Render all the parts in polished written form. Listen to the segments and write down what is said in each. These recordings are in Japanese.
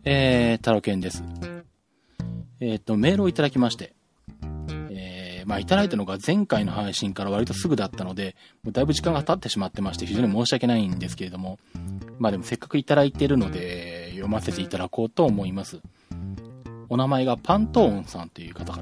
タロケンです。メールをいただきまして、いただいたのが前回の配信から割とすぐだったので、もうだいぶ時間が経ってしまってまして、非常に申し訳ないんですけれども、でもせっかくいただいているので、読ませていただこうと思います。お名前がパントーンさんという方から。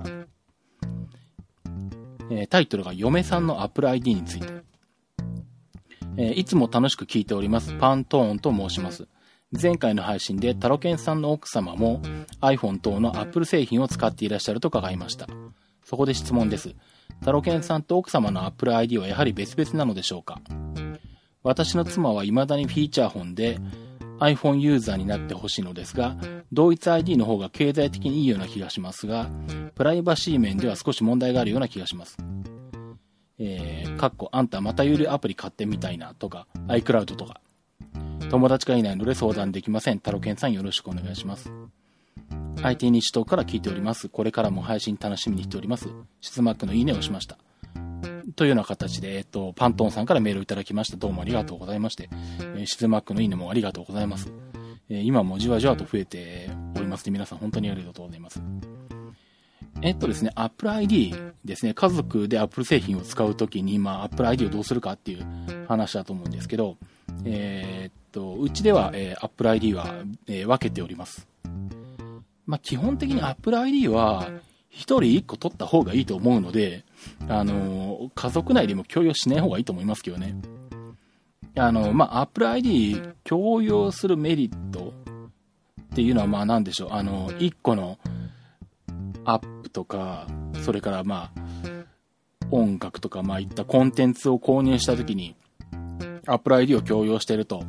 タイトルが嫁さんの Apple ID について。いつも楽しく聞いております。パントーンと申します。前回の配信でタロケンさんの奥様も iPhone 等の Apple 製品を使っていらっしゃると伺いました。そこで質問です。タロケンさんと奥様の Apple ID はやはり別々なのでしょうか？私の妻は未だにフィーチャーフォンで iPhone ユーザーになってほしいのですが、同一 ID の方が経済的にいいような気がしますが、プライバシー面では少し問題があるような気がします。あんたまた有料アプリ買ってみたいなとか iCloud とか友達がいないので相談できません。タロケンさんよろしくお願いします。IT 日東から聞いております。これからも配信楽しみにしております。シズマックのいいねをしました。というような形で、パントンさんからメールをいただきました。どうもありがとうございまして、シズマックのいいねもありがとうございます。今もじわじわと増えておりますので、皆さん本当にありがとうございます。ですね、Apple ID ですね、家族で Apple 製品を使うときに、Apple ID をどうするかっていう話だと思うんですけど、うちでは、Apple ID は、分けております。基本的に Apple ID は一人一個取った方がいいと思うので、家族内でも共有しない方がいいと思いますけどね。Apple ID 共有するメリットっていうのは何でしょう。一個のアップとか、それから音楽とかいったコンテンツを購入したときに、Apple ID を共用していると、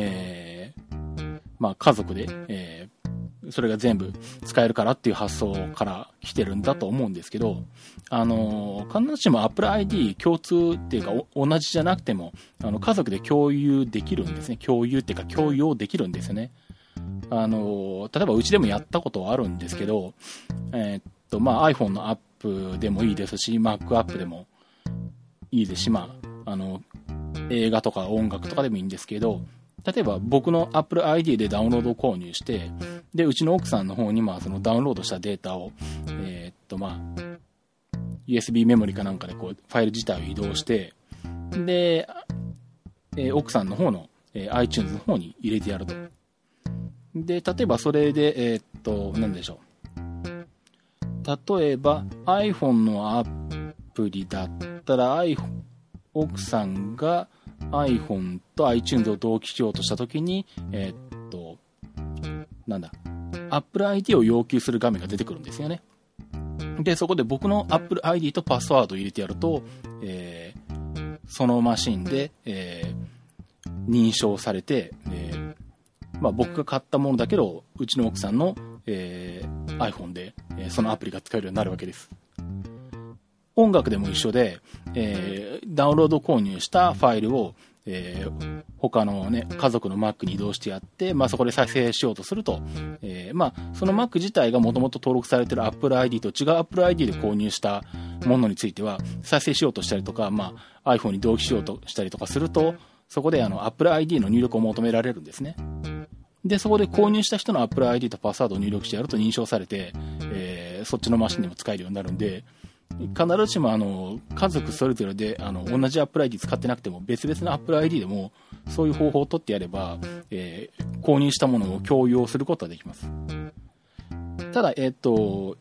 家族で、それが全部使えるからっていう発想から来てるんだと思うんですけど、必ずしも Apple ID 共通っていうか同じじゃなくても、家族で共有できるんですね。共有っていうか共用できるんですよね。例えばうちでもやったことはあるんですけど、iPhone のアップでもいいですし、Mac アップでもいいですし、映画とか音楽とかでもいいんですけど、例えば僕の Apple ID でダウンロードを購入して、で、うちの奥さんの方にそのダウンロードしたデータを、USB メモリかなんかでファイル自体を移動して、で、奥さんの方の、iTunes の方に入れてやると。で、例えばそれで、何でしょう。例えば iPhone のアプリだったら、奥さんが iPhone と iTunes を同期しようとしたときに、Apple ID を要求する画面が出てくるんですよね。で、そこで僕の Apple ID とパスワードを入れてやると、そのマシンで、認証されて、僕が買ったものだけど、うちの奥さんの、iPhone で、そのアプリが使えるようになるわけです。音楽でも一緒で、ダウンロード購入したファイルを、他のね、家族の Mac に移動してやって、そこで再生しようとすると、その Mac 自体がもともと登録されている Apple ID と違う Apple ID で購入したものについては、再生しようとしたりとか、iPhone に同期しようとしたりとかすると、そこでApple ID の入力を求められるんですね。で、そこで購入した人の Apple ID とパスワードを入力してやると認証されて、そっちのマシンでも使えるようになるんで、必ずしも家族それぞれで同じ Apple ID 使ってなくても別々の Apple ID でもそういう方法を取ってやれば、購入したものを共用することができます。ただ、5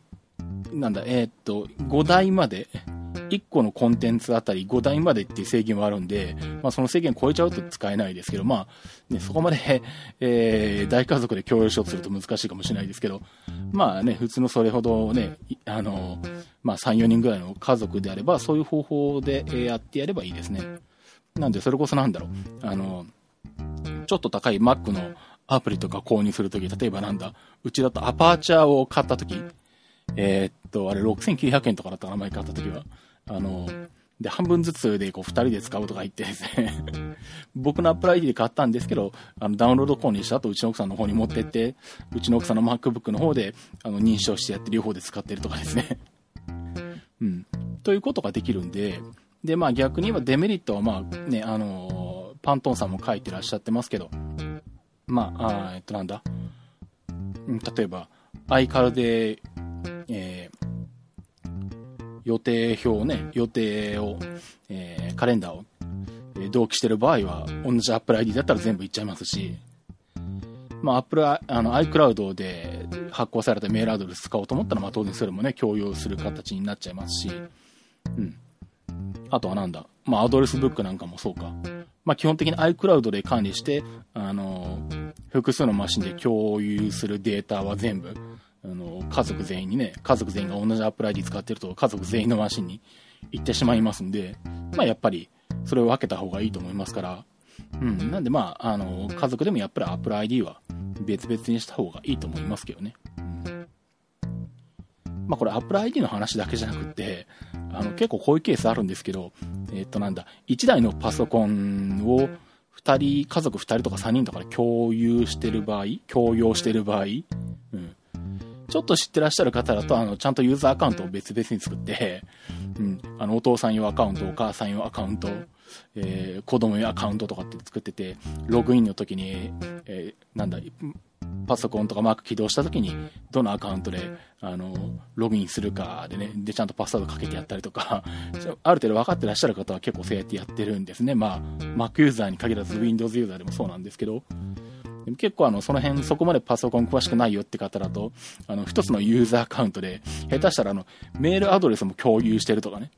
台まで1個のコンテンツあたり5台までっていう制限はあるんで、その制限超えちゃうと使えないですけど、そこまで、大家族で共有しようとすると難しいかもしれないですけど、普通のそれほどね、3、4人ぐらいの家族であれば、そういう方法でやってやればいいですね。なんで、それこそちょっと高い Mac のアプリとか購入するとき、例えばうちだとアパーチャーを買ったとき、あれ6900円とかだった名前買ったときは、で、半分ずつで2人で使うとか言ってですね僕の Apple ID で買ったんですけど、ダウンロード購入した後、うちの奥さんの方に持ってって、うちの奥さんの MacBook の方で、認証してやって両方で使ってるとかですねということができるんで、で、逆に言えばデメリットはパントンさんも書いてらっしゃってますけど、 例えば、iCal で、予定表ね、予定を、カレンダーを、同期してる場合は、同じ Apple ID だったら全部いっちゃいますし、まあ、iCloud で発行されたメールアドレス使おうと思ったら、まあ、当然それもね、共有する形になっちゃいますし、あとはなんだ、まあ、アドレスブックなんかもそうか。まあ、基本的に iCloud で管理して、複数のマシンで共有するデータは全部、家族全員が同じ Apple ID 使ってると、家族全員のマシンに行ってしまいますんで、まあ、やっぱり、それを分けた方がいいと思いますから、なんでまあ、家族でもやっぱり Apple ID は別々にした方がいいと思いますけどね。まあこれ Apple ID の話だけじゃなくて、結構こういうケースあるんですけど、1台のパソコンを家族2人とか3人とかで共用してる場合、ちょっと知ってらっしゃる方だと、ちゃんとユーザーアカウントを別々に作って、お父さん用アカウント、お母さん用アカウント、子供用アカウントとかって作ってて、ログインの時に、パソコンとか Mac 起動した時に、どのアカウントで、ログインするかでね、で、ちゃんとパスワードかけてやったりとか、ある程度分かってらっしゃる方は結構そうやってやってるんですね。まあ、Mac ユーザーに限らず Windows ユーザーでもそうなんですけど、でも結構その辺そこまでパソコン詳しくないよって方だと、一つのユーザーアカウントで、下手したらメールアドレスも共用してるとかね。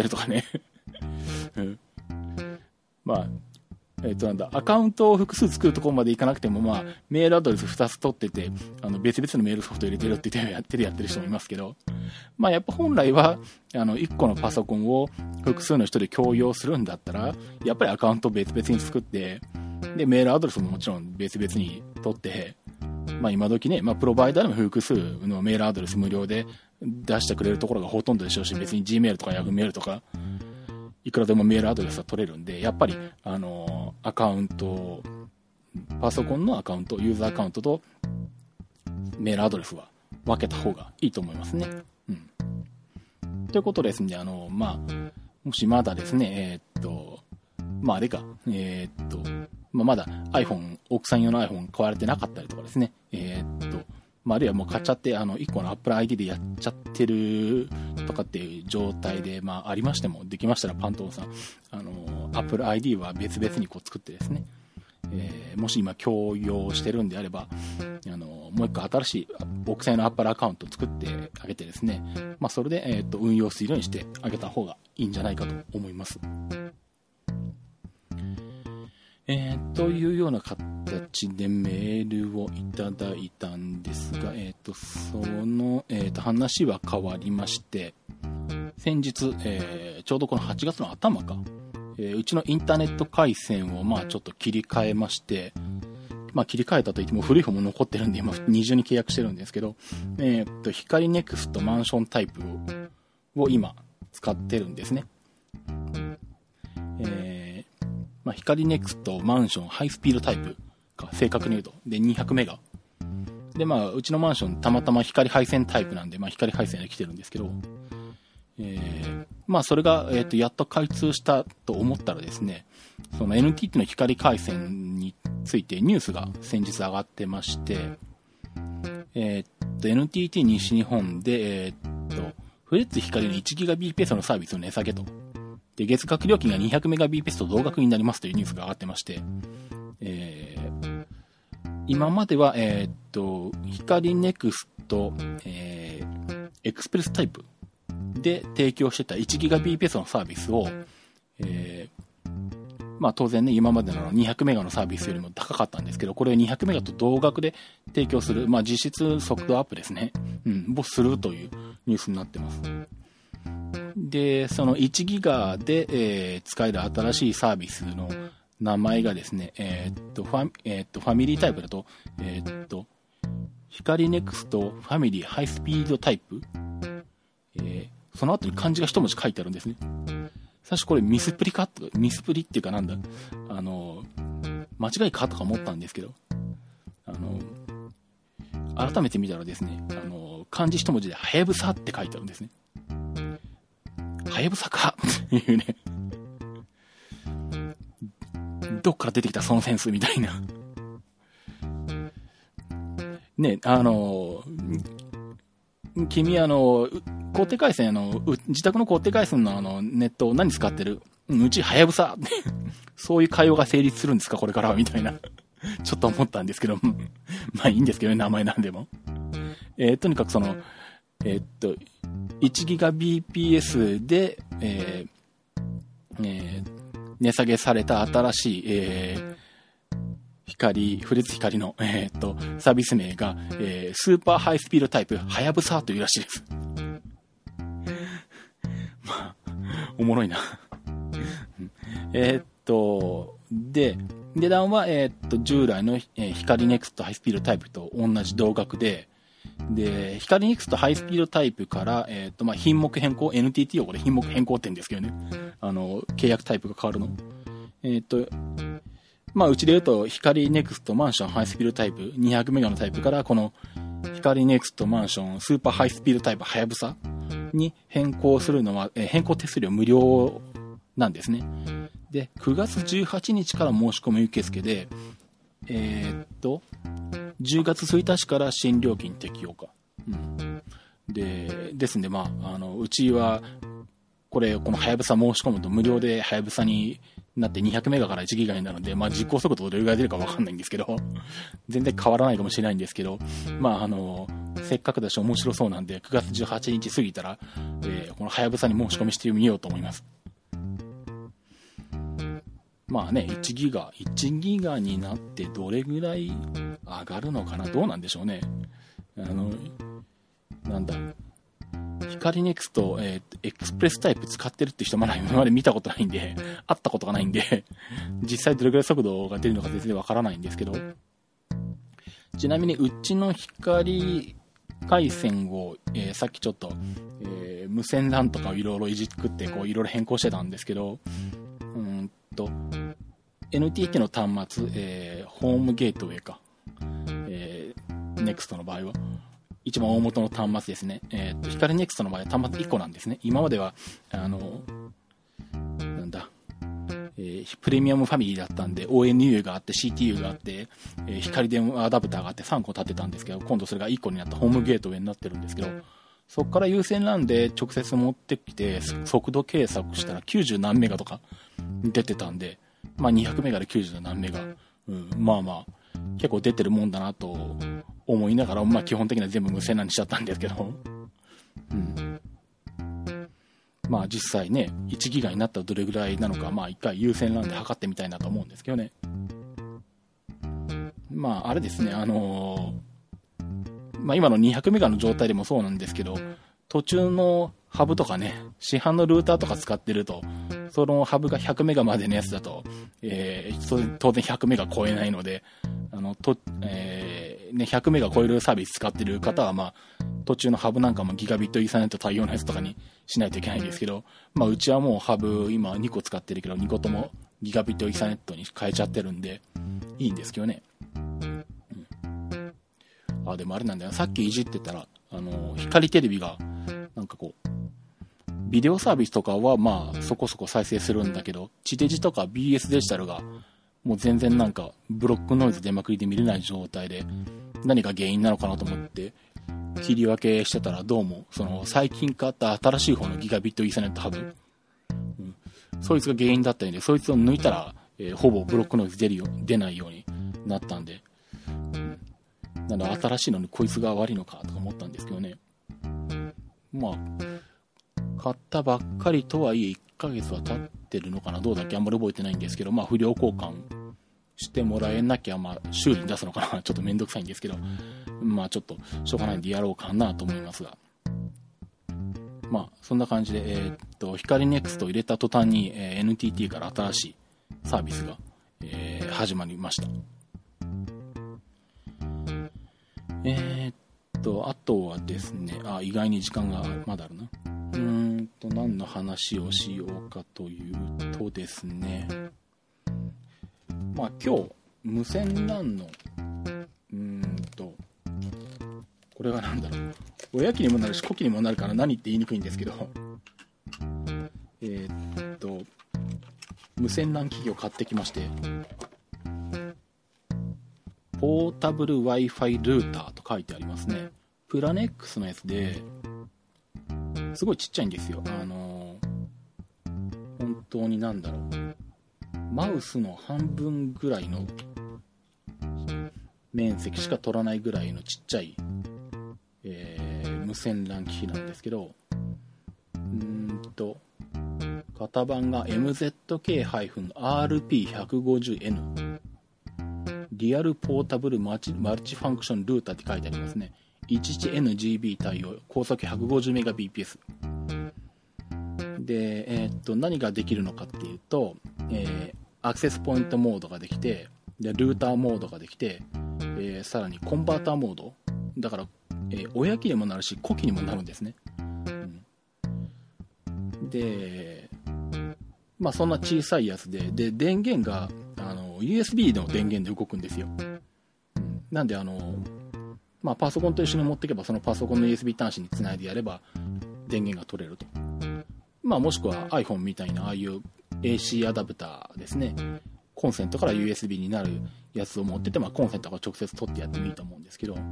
まあ、アカウントを複数作るところまでいかなくても、まあ、メールアドレス2つ取ってて、別々のメールソフト入れてるってやってる人もいますけど、まあ、やっぱ本来は、1個のパソコンを複数の人で共用するんだったら、やっぱりアカウントを別々に作って、で、メールアドレスももちろん別々に取って、まあ今時ね、まあプロバイダーでも複数のメールアドレス無料で出してくれるところがほとんどでしょうし、別に Gmail とか Yahoo メールとか、いくらでもメールアドレスは取れるんで、やっぱり、アカウント、パソコンのアカウント、ユーザーアカウントとメールアドレスは分けた方がいいと思いますね。ということですんで、まあ、もしまだですね、まああれか、まだ iPhone、奥さん用の iPhone 買われてなかったりとかですね、まあ、あるいはもう買っちゃって、1個の Apple ID でやっちゃってるとかっていう状態で、まあ、ありましても、できましたらパントンさん、Apple ID は別々にこう作ってですね、もし今共用してるんであれば、もう一個新しい奥さん用の Apple アカウントを作ってあげてですね、まあ、それで、運用するようにしてあげた方がいいんじゃないかと思います。というような形でメールをいただいたんですが、その、話は変わりまして、先日、ちょうどこの8月の頭か、うちのインターネット回線をまあちょっと切り替えまして、まあ切り替えたといっても古い方も残ってるんで、今二重に契約してるんですけど、光ネクストマンションタイプを今使ってるんですね。まあ、光ネクストマンションハイスピードタイプか、正確に言うと。で、200メガ。で、まあ、うちのマンションたまたま光配線タイプなんで、まあ、光配線で来てるんですけど、まあ、それが、やっと開通したと思ったらですね、その NTT の光回線についてニュースが先日上がってまして、NTT 西日本で、フレッツ光の 1GBps のサービスを値下げと。で、月額料金が 200Mbps と同額になりますというニュースが上がってまして、今までは、光ネクスト、エクスプレスタイプで提供してた 1GBps のサービスを、まあ当然ね、今までの200メガのサービスよりも高かったんですけど、これを200メガと同額で提供する、まあ実質速度アップですね、をするというニュースになってます。で、その1ギガで、使える新しいサービスの名前がですね、ファミリータイプだと、光ネクストファミリーハイスピードタイプ、その後に漢字が一文字書いてあるんですね。最初これミスプリっていうかなんだ、間違いかとか思ったんですけど、改めて見たらですね、漢字一文字ではやぶさって書いてあるんですね。はやぶさかっていうね、どっから出てきたそのセンスみたいな。 ね、君高低回線自宅の高低回線のネット何使ってる？うちはやぶさそういう会話が成立するんですかこれからはみたいなちょっと思ったんですけどまあいいんですけどね、名前なんでも。とにかく1GBps で、値下げされた新しい、フレッツ光の、サービス名が、スーパーハイスピードタイプ、はやぶさというらしいです。まあ、おもろいな。で、値段は、従来の、光ネクストハイスピードタイプと同じ同額で、光ネクストハイスピードタイプから、品目変更、NTT 用語で品目変更って言うんですけどね。契約タイプが変わるの。うちで言うと、光ネクストマンションハイスピードタイプ、200メガのタイプから、この、光ネクストマンションスーパーハイスピードタイプ、はやぶさに変更するのは、変更手数料無料なんですね。で、9月18日から申し込み受付で、10月1日から新料金適用か。ですんで、うちは、このはやぶさ申し込むと無料ではやぶさになって200メガから1ギガになるので、実行速度どれぐらい出るかわかんないんですけど、全然変わらないかもしれないんですけど、せっかくだし面白そうなんで、9月18日過ぎたら、このはやぶさに申し込みしてみようと思います。1ギガになってどれぐらい上がるのかな、どうなんでしょうね。光ネクスト、エクスプレスタイプ使ってるって人まだ今まで見たことないんで、会ったことがないんで、実際どれぐらい速度が出るのか全然わからないんですけど、ちなみにうちの光回線を、さっきちょっと、無線 LAN とかをいろいろいじくっていろいろ変更してたんですけど、NTT の端末、ホームゲートウェイか、ネクストの場合は一番大元の端末ですね。光ネクストの場合は端末1個なんですね。今まではプレミアムファミリーだったんで ONU があって CTU があって、光電話アダプターがあって3個立ってたんですけど、今度それが1個になったホームゲートウェイになってるんですけど、そこから有線 LAN で直接持ってきて速度計測したら90何メガとか出てたんで、200メガで90何メガ、結構出てるもんだなと思いながら、基本的には全部無線 LAN にしちゃったんですけど、実際ね、1ギガになったらどれぐらいなのか、一回有線 LAN で測ってみたいなと思うんですけどね。あれですね、今の200メガの状態でもそうなんですけど、途中のハブとかね、市販のルーターとか使ってると、そのハブが100メガまでのやつだと、当然100メガ超えないので、100メガ超えるサービス使ってる方は、途中のハブなんかもギガビットイーサネット対応のやつとかにしないといけないんですけど、うちはもうハブ今2個使ってるけど、2個ともギガビットイーサネットに変えちゃってるんで、いいんですけどね。でもあれなんだよ、さっきいじってたら、光テレビが、ビデオサービスとかはそこそこ再生するんだけど、地デジとか BS デジタルがもう全然ブロックノイズ出まくりで見れない状態で、何が原因なのかなと思って切り分けしてたら、どうも最近買った新しい方のギガビットイーサネットハブ、そいつが原因だったんで、そいつを抜いたら、ほぼブロックノイズ出ないようになったんで、なので新しいのにこいつが悪いのかとか思ったんですけどね。買ったばっかりとはいえ1ヶ月は経ってるのかな、どうだっけあんまり覚えてないんですけど、不良交換してもらえなきゃ修理に出すのかなちょっとめんどくさいんですけど、ちょっとしょうがないんでやろうかなと思いますが、そんな感じで、光ネクストを入れた途端に、NTT から新しいサービスが、始まりました。あとはですね、意外に時間がまだあるな。何の話をしようかというとですね、今日無線 LAN のこれは何だろう、親機にもなるし子機にもなるから何って言いにくいんですけど、無線 LAN 機器を買ってきまして、ポータブル Wi-Fi ルーターと書いてありますね。プラネックスのやつですごいちっちゃいんですよ。本当になんだろう、マウスの半分ぐらいの面積しか取らないぐらいのちっちゃい、無線 LAN 機器なんですけど、型番が MZK-RP150N リアルポータブルマルチファンクションルーターって書いてありますね。11NGB 対応、高速 150Mbps で、何ができるのかっていうと、アクセスポイントモードができて、でルーターモードができて、さらにコンバーターモードだから、親機にもなるし子機にもなるんですね、で、まあそんな小さいやつで電源がUSB の電源で動くんですよ、なんでまあ、パソコンと一緒に持っていけばそのパソコンの USB 端子につないでやれば電源が取れると、まあ、もしくは iPhone みたいなああいう AC アダプターですね、コンセントから USB になるやつを持ってて、まあ、コンセントから直接取ってやってもいいと思うんですけど、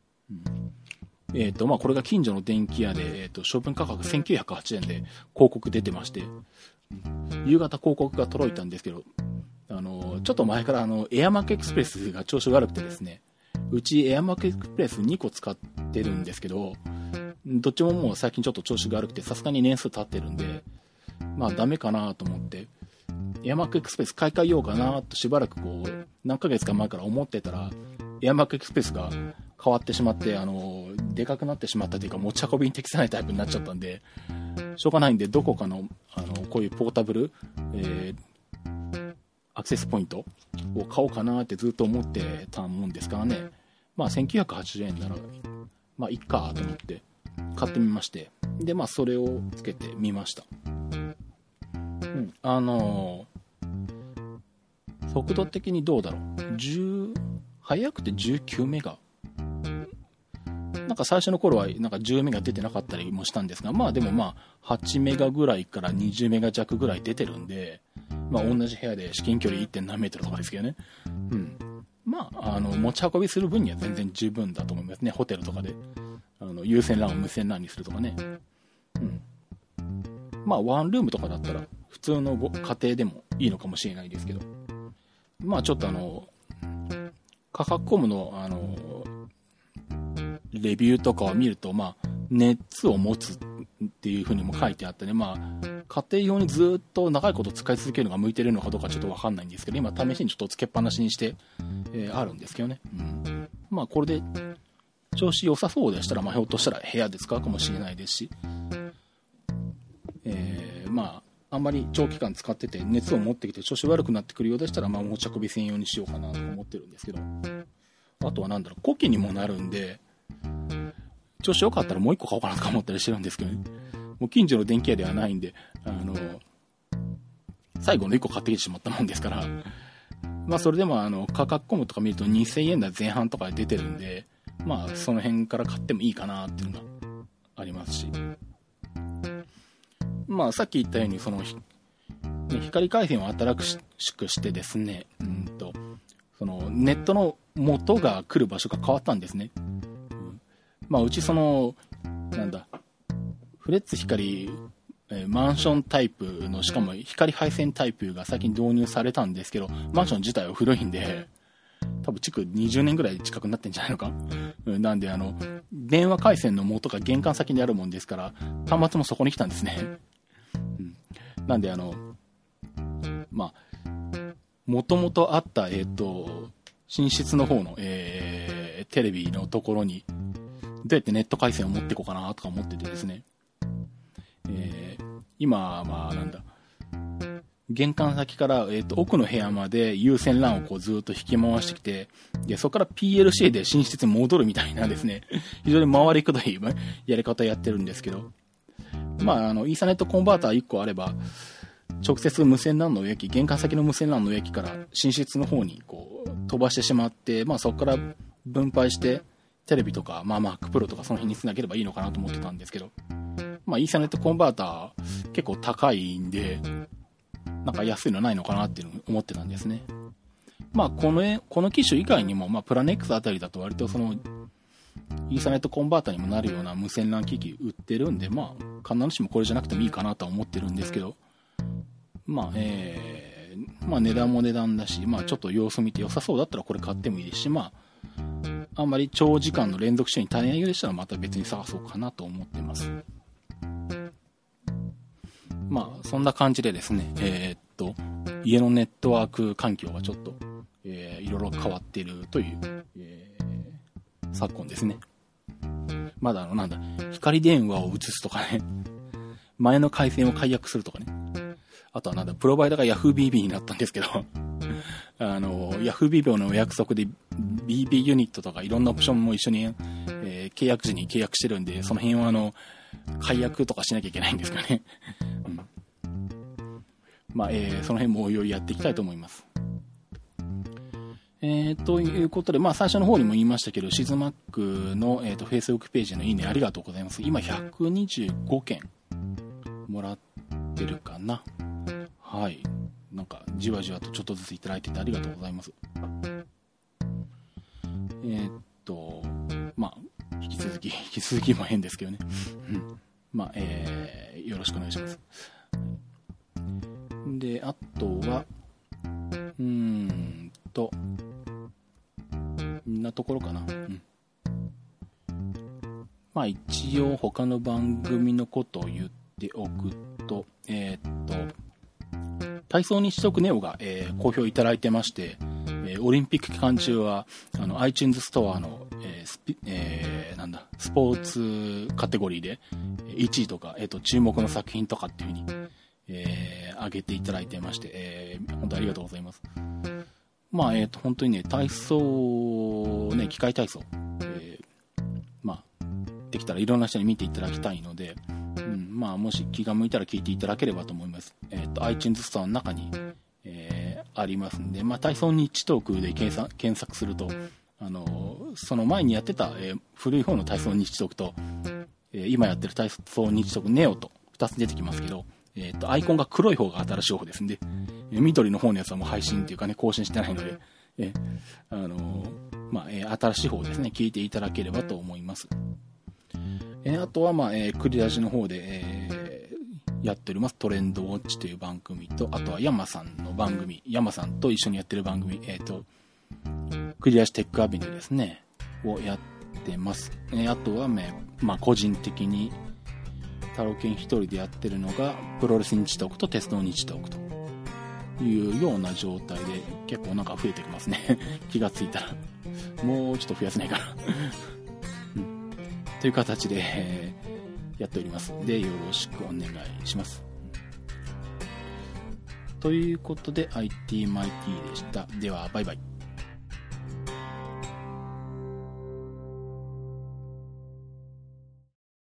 まあ、これが近所の電気屋で、商品価格1908円で広告出てまして、夕方広告が届いたんですけど、ちょっと前からエアマークエクスプレスが調子悪くてですね、うちエアマークエクスプレス2個使ってるんですけど、どっちももう最近ちょっと調子が悪くて、さすがに年数経ってるんで、まあダメかなと思ってエアマークエクスプレス買い替えようかなとしばらくこう何ヶ月か前から思ってたら、エアマークエクスプレスが変わってしまって、でかくなってしまったというか持ち運びに適さないタイプになっちゃったんで、しょうがないんでどこかのこういうポータブル、アクセスポイントを買おうかなってずっと思ってたもんですからね。まあ1980円ならまあいっかと思って買ってみまして、でまあそれをつけてみました。速度的にどうだろう、早くて19メガ、なんか最初の頃はなんか10メガ出てなかったりもしたんですが、まあでもまあ8メガぐらいから20メガ弱ぐらい出てるんで、まあ同じ部屋で至近距離 1. 何メートルとかですけどね、まあ持ち運びする分には全然十分だと思いますね。ホテルとかで有線 LAN を無線 LAN にするとかね、まあワンルームとかだったら普通の家庭でもいいのかもしれないですけど、まあちょっと価格コムのレビューとかを見ると、まあ熱を持つっていう風にも書いてあってね、まあ家庭用にずっと長いこと使い続けるのが向いてるのかどうかちょっと分かんないんですけど、今試しにちょっとつけっぱなしにして、あるんですけどね、まあこれで調子良さそうでしたら、まあひょっとしたら部屋で使うかもしれないですし、まああんまり長期間使ってて熱を持ってきて調子悪くなってくるようでしたら、まあ持ち運び専用にしようかなと思ってるんですけど、あとはなんだろう、呼気にもなるんで、調子良かったらもう一個買おうかなとか思ったりしてるんですけどね。もう近所の電気屋ではないんで、最後の1個買ってきてしまったもんですから、まあそれでも価格コムとか見ると2000円台前半とかで出てるんで、まあその辺から買ってもいいかなっていうのがありますし、まあさっき言ったように光回線を新しくしてですね、そのネットの元が来る場所が変わったんですね。まあうちなんだ、フレッツ光、マンションタイプの、しかも光配線タイプが最近導入されたんですけど、マンション自体は古いんで、多分築20年ぐらい近くなってんじゃないのか。なんで電話回線の元が玄関先にあるもんですから、端末もそこに来たんですね。なんでまあもともとあった寝室の方の、テレビのところにどうやってネット回線を持っていこうかなとか思っててですね、今まあなんだ、玄関先から、奥の部屋まで有線 LAN をこうずっと引き回してきて、でそこから PLC で寝室に戻るみたいなですね、非常に回りくどいやり方やってるんですけど、まあイーサネットコンバーター1個あれば直接無線 LAN の植木、玄関先の無線 LAN の植木から寝室の方にこう飛ばしてしまって、まあそこから分配してテレビとか、まあ Mac Pro とかその辺につなげればいいのかなと思ってたんですけど、まあイーサネットコンバーター結構高いんで、なんか安いのないのかなっていうのを思ってたんですね。 まあ、この機種以外にも、まあ、プラネックスあたりだと割とその、イーサネットコンバータにもなるような無線 LAN 機器売ってるんで、まあ、必ずしもこれじゃなくてもいいかなとは思ってるんですけど、まあ、まあ、値段も値段だし、まあ、ちょっと様子見て良さそうだったらこれ買ってもいいですし、まあ、あんまり長時間の連続使用に足りないようでしたらまた別に探そうかなと思ってます。まあ、そんな感じでですね、家のネットワーク環境がちょっと、いろいろ変わっているという、昨今ですね。まだ光電話を移すとかね、前の回線を解約するとかね、あとはプロバイダーが YahooBB になったんですけど、YahooBB のお約束で BB ユニットとかいろんなオプションも一緒に、契約時に契約してるんで、その辺は解約とかしなきゃいけないんですかね。うん、まあ、その辺もおいおいやっていきたいと思います。ということで、まあ最初の方にも言いましたけど、シズマックの、Facebook ページのいいねありがとうございます。今125件もらってるかな。はい。なんかじわじわとちょっとずついただいててありがとうございます。まあ引き続きも変ですけどね。うん、まあ、よろしくお願いします。で、あとはんなところかな。うん。まあ一応他の番組のことを言っておくと、体操日読ネオが、好評いただいてまして、オリンピック期間中はiTunes ストアの、スポーツカテゴリーで1位とか、注目の作品とかっていう風に、上げていただいてまして、本当ありがとうございます。まあ、本当にね、体操、ね、機械体操、まあ、できたらいろんな人に見ていただきたいので、まあ、もし気が向いたら聞いていただければと思います。iTunes ストアの中に、ありますんで、まあ、体操日トークで検索すると、その前にやってた、古い方の体操日トークと、今やってる体操日トークネオと2つ出てきますけど、アイコンが黒い方が新しい方ですんで、緑の方のやつはもう配信っていうかね、更新してないので、まあ、新しい方ですね、聞いていただければと思います。あとは、まあ、クリラジの方で、やっておりますトレンドウォッチという番組と、あとは山さんの番組、山さんと一緒にやってる番組、クリラジテックアビニューですね、をやってます。あとは、まあ、個人的に、タロケン一人でやってるのがプロレス日トークと鉄道日トークというような状態で結構なんか増えてきますね。気がついたらもうちょっと増やせないかな、という形で、やっておりますのでよろしくお願いします。ということで IT マイティでした。ではバイバイ。